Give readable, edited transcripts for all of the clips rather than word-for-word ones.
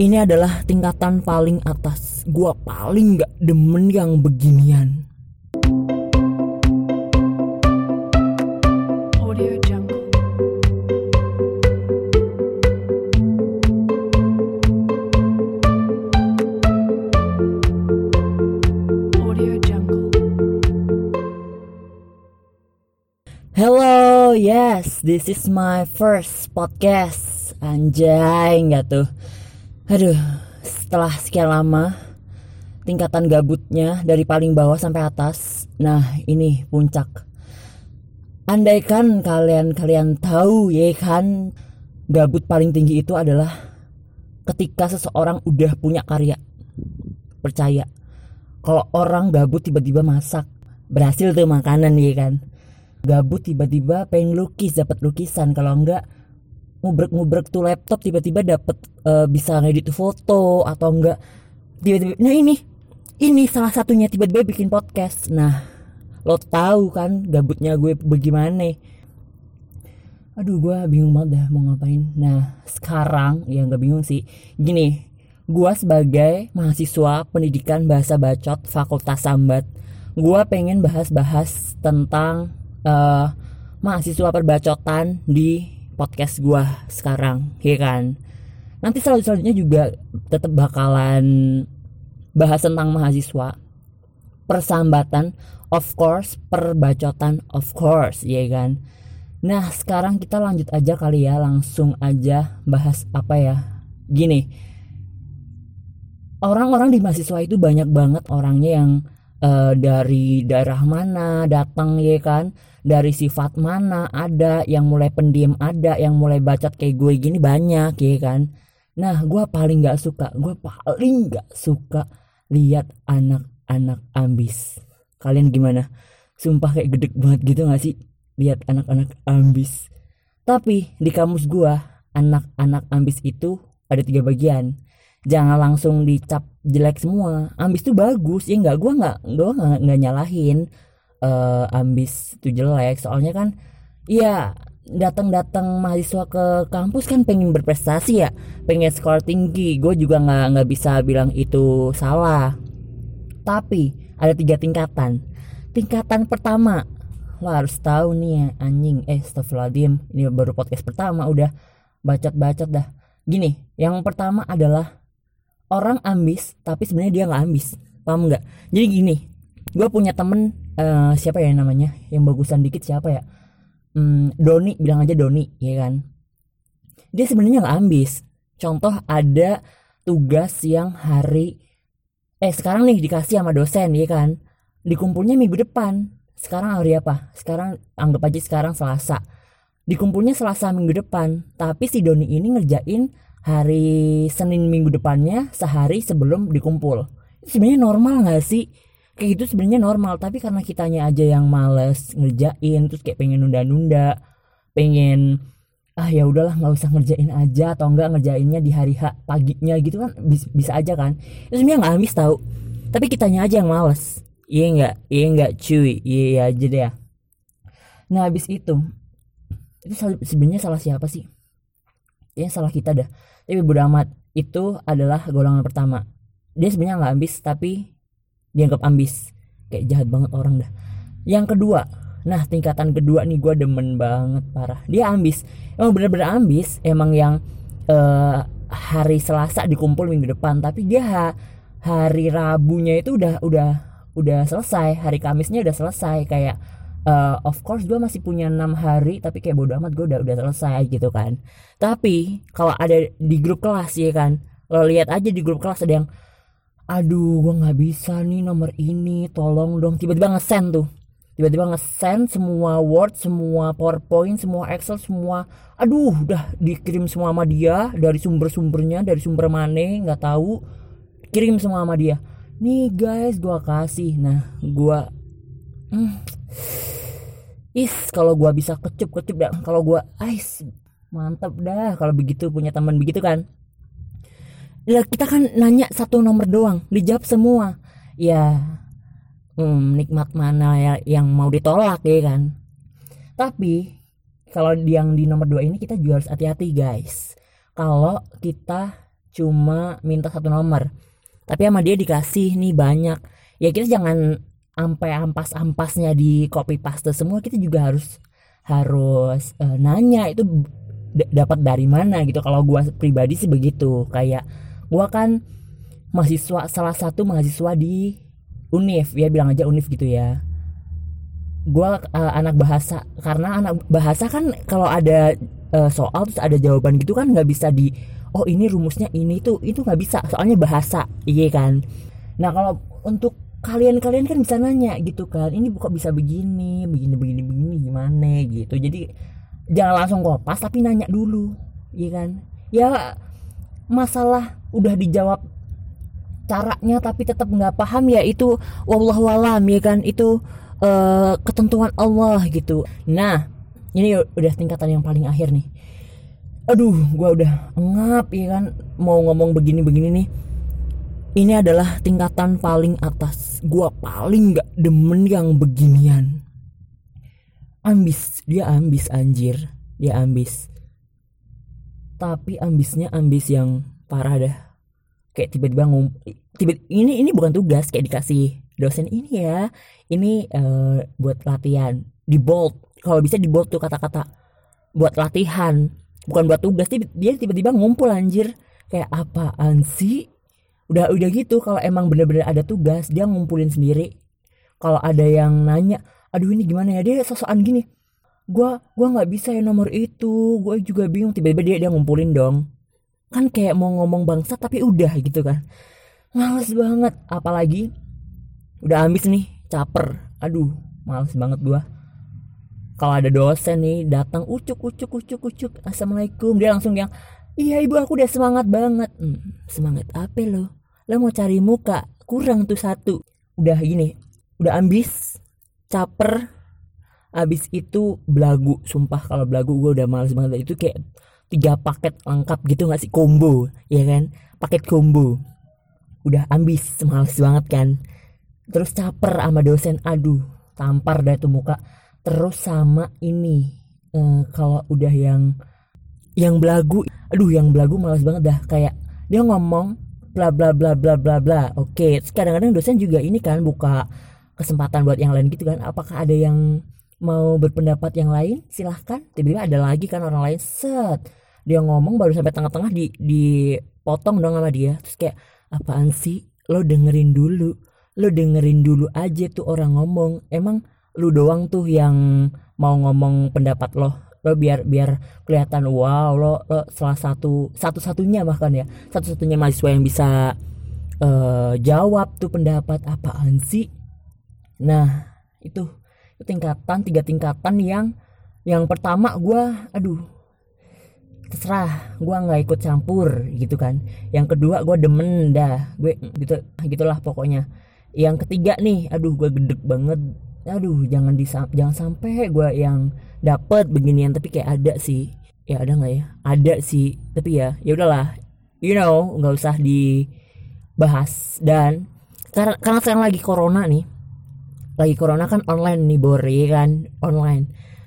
Ini adalah tingkatan paling atas. Gua paling gak demen yang beginian. Audio Jungle. Audio Jungle. Hello, yes, this is my first podcast. Anjay, nggak tuh? Aduh, setelah sekian lama, tingkatan gabutnya dari paling bawah sampai atas. Nah, ini puncak. Andaikan kalian tahu ya kan, gabut paling tinggi itu adalah ketika seseorang udah punya karya. Percaya, kalau orang gabut tiba-tiba masak, berhasil tuh makanan ya kan. Gabut tiba-tiba pengen lukis, dapat lukisan. Kalau enggak ngubrek tuh laptop tiba-tiba dapat bisa ngedit foto, atau enggak tiba-tiba nah ini salah satunya tiba-tiba bikin podcast. Nah, lo tahu kan gabutnya gue bagaimana. Aduh, gue bingung banget dah mau ngapain. Nah, sekarang ya nggak bingung sih. Gini, gue sebagai mahasiswa pendidikan bahasa bacot Fakultas Sambat, gue pengen bahas-bahas tentang mahasiswa perbacotan di podcast gue sekarang, ya kan. Nanti selanjutnya juga tetap bakalan bahas tentang mahasiswa, persambatan, of course, perbacotan, of course, ya kan. Nah, sekarang kita lanjut aja kali ya, langsung aja bahas apa ya. Gini, orang-orang di mahasiswa itu banyak banget orangnya yang dari daerah mana datang, ya kan, dari sifat mana, ada yang mulai pendiam, ada yang mulai bacot kayak gue gini, banyak ya kan. Nah, gue paling gak suka lihat anak-anak ambis. Kalian gimana? Sumpah kayak gedek banget gitu gak sih lihat anak-anak ambis. Tapi di kamus gue, anak-anak ambis itu ada 3 bagian. Jangan langsung dicap jelek semua. Ambis tuh bagus ya, gue nggak nyalahin ambis itu jelek. Soalnya kan ya datang mahasiswa ke kampus kan pengen berprestasi ya, pengen skor tinggi. Gue juga nggak bisa bilang itu salah. Tapi ada 3 tingkatan. Tingkatan pertama, lo harus tahu nih ya, anjing. Astagfirullahaladzim, ini baru podcast pertama udah bacot dah. Gini, yang pertama adalah orang ambis tapi sebenarnya dia nggak ambis, paham nggak? Jadi gini, gue punya temen siapa ya namanya, yang bagusan dikit siapa ya, Doni, bilang aja Doni, ya kan. Dia sebenarnya nggak ambis. Contoh, ada tugas yang sekarang nih dikasih sama dosen, ya kan, dikumpulnya minggu depan. Sekarang hari apa? Sekarang anggap aja sekarang Selasa. Dikumpulnya Selasa minggu depan, tapi si Doni ini ngerjain hari Senin minggu depannya, sehari sebelum dikumpul. Sebenarnya normal nggak sih? Kayak gitu sebenarnya normal, tapi karena kitanya aja yang males ngerjain, terus kayak pengen nunda-nunda, pengen ya udahlah nggak usah ngerjain aja, atau enggak ngerjainnya di hari paginya gitu kan, bisa aja kan. Itu sebenarnya nggak habis tahu, tapi kitanya aja yang males. Iya nggak cuy, iya aja deh. Nah, habis itu sebenarnya salah siapa sih? Ya salah kita dah. Tapi bodo amat, itu adalah golongan pertama. Dia sebenarnya nggak ambis tapi dianggap ambis. Kayak jahat banget orang dah. Yang kedua, nah tingkatan kedua nih gue demen banget parah. Dia ambis, emang bener-bener ambis. Emang yang hari Selasa dikumpul minggu depan, tapi dia hari Rabunya itu udah selesai. Hari Kamisnya udah selesai. Kayak of course gue masih punya 6 hari, tapi kayak bodo amat, gue udah selesai gitu kan. Tapi kalau ada di grup kelas, ya kan, lo lihat aja di grup kelas ada yang, aduh gue nggak bisa nih nomor ini, tolong dong. Tiba-tiba nge-send semua Word, semua PowerPoint, semua Excel, semua, aduh udah dikirim semua sama dia, dari sumbernya, dari sumber mana nggak tahu, kirim semua sama dia. Nih guys, gue kasih. Nah, gue kalau gue bisa kecup dah, kalau gue mantap dah kalau begitu, punya teman begitu kan. Ya kita kan nanya satu nomor doang, dijawab semua. Ya nikmat mana ya yang mau ditolak, ya kan. Tapi kalau yang di nomor 2 ini kita juga harus hati-hati guys. Kalau kita cuma minta 1 nomor, tapi sama dia dikasih nih banyak. Ya kita jangan sampai ampas-ampasnya di copy paste semua, kita juga harus nanya itu dapat dari mana gitu. Kalau gua pribadi sih begitu, kayak gua kan salah satu mahasiswa di Univ, ya bilang aja Univ gitu ya. Gua anak bahasa, karena anak bahasa kan kalau ada soal terus ada jawaban gitu kan nggak bisa oh ini rumusnya ini itu nggak bisa, soalnya bahasa, iya kan. Nah kalau untuk kalian kan bisa nanya gitu kan, ini kok bisa begini gimana gitu. Jadi jangan langsung kopas tapi nanya dulu, iya kan. Ya masalah udah dijawab caranya tapi tetap nggak paham, ya itu wallahu alam, ya kan, itu ketentuan Allah gitu. Nah ini udah tingkatan yang paling akhir nih. Aduh, gua udah ngap ya kan mau ngomong begini nih. Ini adalah tingkatan paling atas. Gua paling gak demen yang beginian. Dia ambis anjir. Dia ambis. Tapi ambisnya ambis yang parah dah. Kayak tiba-tiba ini bukan tugas, kayak dikasih dosen ini ya. Ini buat latihan. Di bold. Kalau bisa di bold tuh kata-kata. Buat latihan, bukan buat tugas. Dia tiba-tiba ngumpul anjir. Kayak apaan sih? Udah gitu. Kalau emang bener-bener ada tugas, dia ngumpulin sendiri. Kalau ada yang nanya, aduh ini gimana ya, dia sosokan gini, gua nggak bisa ya nomor itu, gue juga bingung. Tiba-tiba dia ngumpulin dong. Kan kayak mau ngomong bangsa tapi udah gitu kan. Males banget. Apalagi udah ambis nih, caper. Aduh, males banget gua. Kalau ada dosen nih datang ucuk, assalamualaikum, dia langsung yang, iya ibu aku udah semangat banget. Semangat apa lo mau cari muka, kurang tuh satu. Udah gini, udah ambis, caper, abis itu belagu. Sumpah kalau belagu gue udah males banget. Itu kayak 3 paket lengkap gitu gak sih, combo, ya kan, paket combo. Udah ambis, males banget kan. Terus caper sama dosen, aduh tampar dah tuh muka. Terus sama ini kalau udah yang belagu, aduh yang belagu malas banget dah. Kayak dia ngomong bla bla bla bla bla bla. Oke, terus kadang-kadang dosen juga ini kan buka kesempatan buat yang lain gitu kan. Apakah ada yang mau berpendapat yang lain? Silahkan. Tiba-tiba ada lagi kan orang lain, set dia ngomong baru sampai tengah-tengah dipotong dong sama dia. Terus kayak apaan sih, lo dengerin dulu aja tuh orang ngomong. Emang lu doang tuh yang mau ngomong pendapat lo biar kelihatan wow lo salah satu-satunya bahkan ya, satu-satunya mahasiswa yang bisa jawab tuh pendapat. Apaan sih? Nah itu 3 tingkatan. Yang pertama gua terserah, gua nggak ikut campur gitu kan. Yang kedua gua demen dah, gue gitulah pokoknya. Yang ketiga nih, gua gedek banget. Jangan sampai gue yang dapet beginian. Tapi kayak ada sih, ya ada nggak ya, ada sih, tapi ya udahlah, nggak usah dibahas. Dan karena sekarang lagi corona kan online nih, Bori kan online.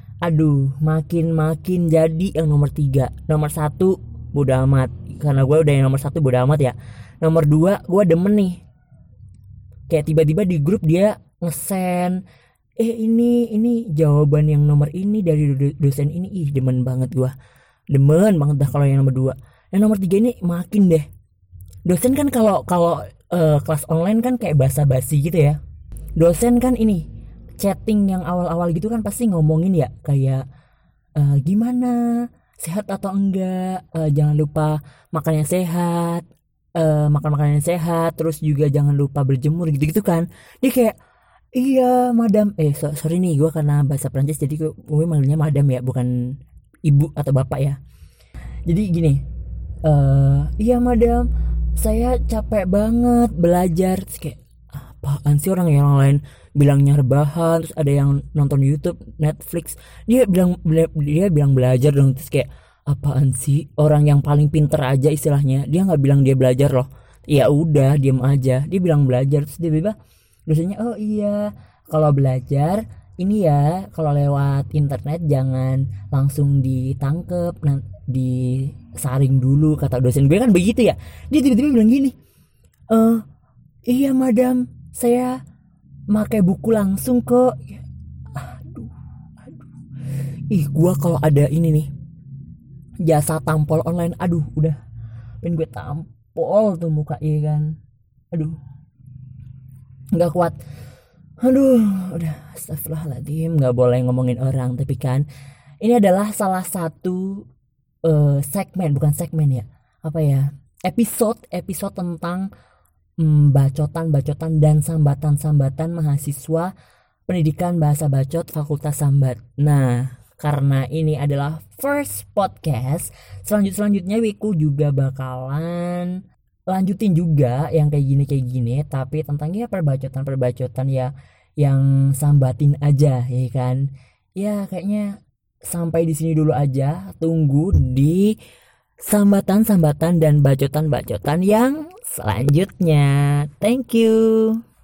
Makin jadi yang nomor 3. Nomor 1 bodo amat, karena gue udah yang nomor 1 bodo amat ya. Nomor 2 gue demen nih, kayak tiba-tiba di grup dia ngesen, ini jawaban yang nomor ini dari dosen ini. Demen banget dah kalau yang nomor 2. Yang nomor 3 ini makin deh. Dosen kan kalau kelas online kan kayak basa-basi gitu ya. Dosen kan ini chatting yang awal-awal gitu kan pasti ngomongin ya, kayak gimana, sehat atau enggak, jangan lupa makan yang sehat, makan makanan yang sehat, terus juga jangan lupa berjemur gitu-gitu kan. Dia kayak, iya madam, sorry nih, gue karena bahasa Prancis jadi gue manggilnya madam ya, bukan ibu atau bapak ya. Jadi gini, iya madam, saya capek banget belajar. Terus kayak apaan sih, orang lain bilangnya rebahan, terus ada yang nonton YouTube, Netflix, dia bilang belajar dong. Terus kayak apaan sih, orang yang paling pinter aja istilahnya dia nggak bilang dia belajar loh. Ya udah diem aja, dia bilang belajar. Terus tiba-tiba dosennya, oh iya kalau belajar ini ya, kalau lewat internet jangan langsung ditangkep, saring dulu, kata dosen gue kan begitu ya. Dia tiba-tiba bilang gini, iya madam, saya pakai buku langsung kok. Aduh. Ih, gua kalau ada ini nih, jasa tampol online, aduh udah pengen gue tampol tuh muka, iya kan. Aduh, nggak kuat. Aduh, udah astagfirullahaladzim, nggak boleh ngomongin orang. Tapi kan ini adalah salah satu segmen, bukan segmen ya, apa ya, episode tentang bacotan dan sambatan mahasiswa pendidikan bahasa bacot Fakultas Sambat. Nah, karena ini adalah first podcast, selanjutnya Wiku juga bakalan lanjutin juga yang kayak gini, tapi tentang ya perbacotan ya, yang sambatin aja, ya kan. Ya kayaknya sampai di sini dulu aja. Tunggu di sambatan dan bacotan yang selanjutnya. Thank you.